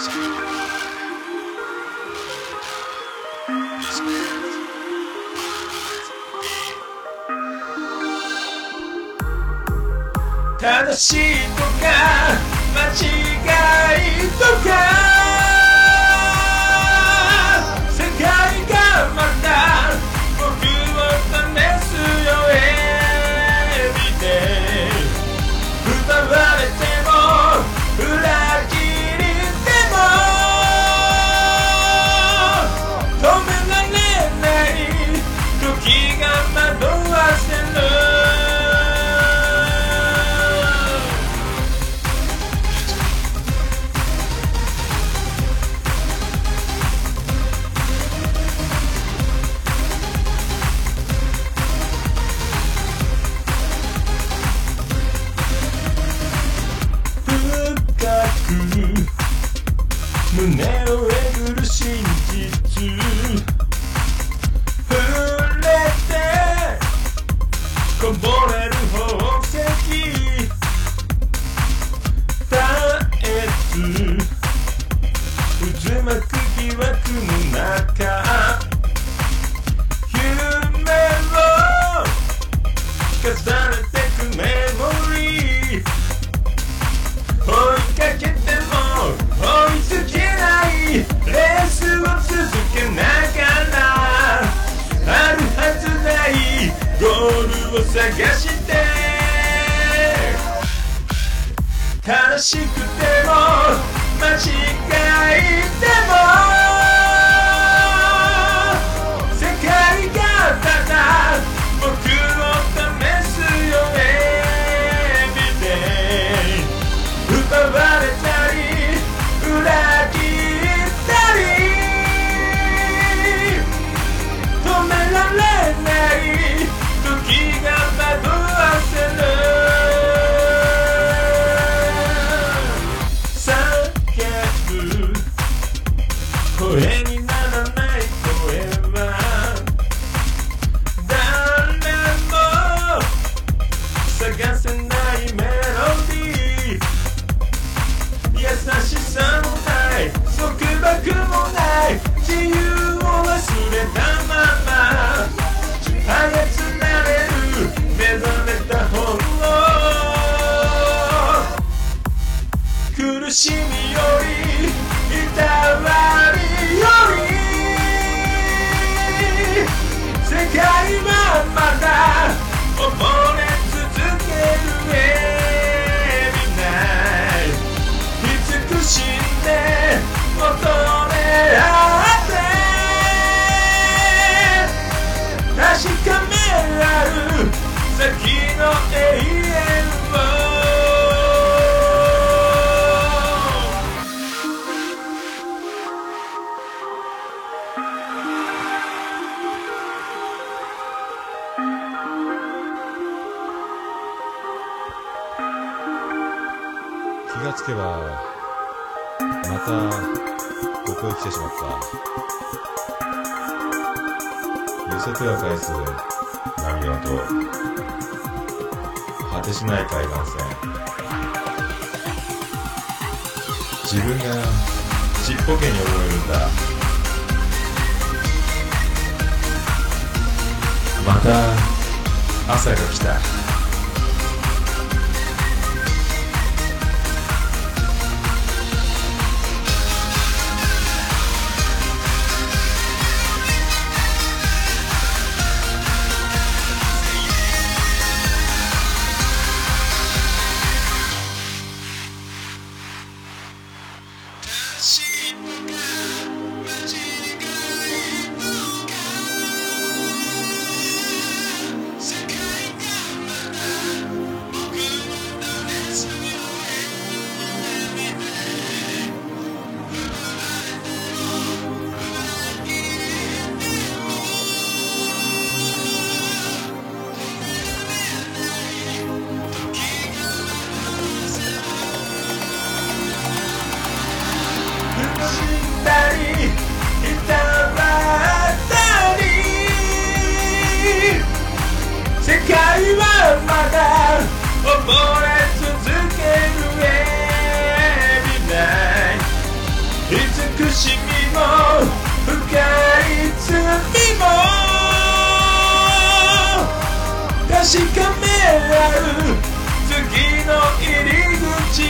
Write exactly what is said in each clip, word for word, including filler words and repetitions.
正しいとか間違いとか世界がまた僕を試すよ Everyday 奪われても裏切りでも止められない時が惑わせる胸をえぐる真実触れてこぼれる宝石絶えず渦巻く疑惑の中夢を重ねてくメモリー追いかけても追いつけないレースを続けながらあるはずないゴールを探して悲しくても間違いでも世界がただ僕を試すよ Everyday 奪われたり裏切ったり止められない時が惑わせる叫ぶ声にならない声は誰も探せないメロディー優しさもない束縛もない自由を忘れたまま操られる目覚めた本能苦しみよりいたわりより世界はまだ溺れ続ける死んで求め合って確かめ合う先の永遠を気がつけばまたここへ来てしまった。寄せては返す波の音、果てしない海岸線、自分がちっぽけに思えるんだ。また朝が来た。 まだ溺れ続ける Everyday 確かめ合う次の入り口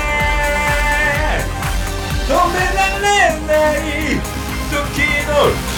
へ止められない時の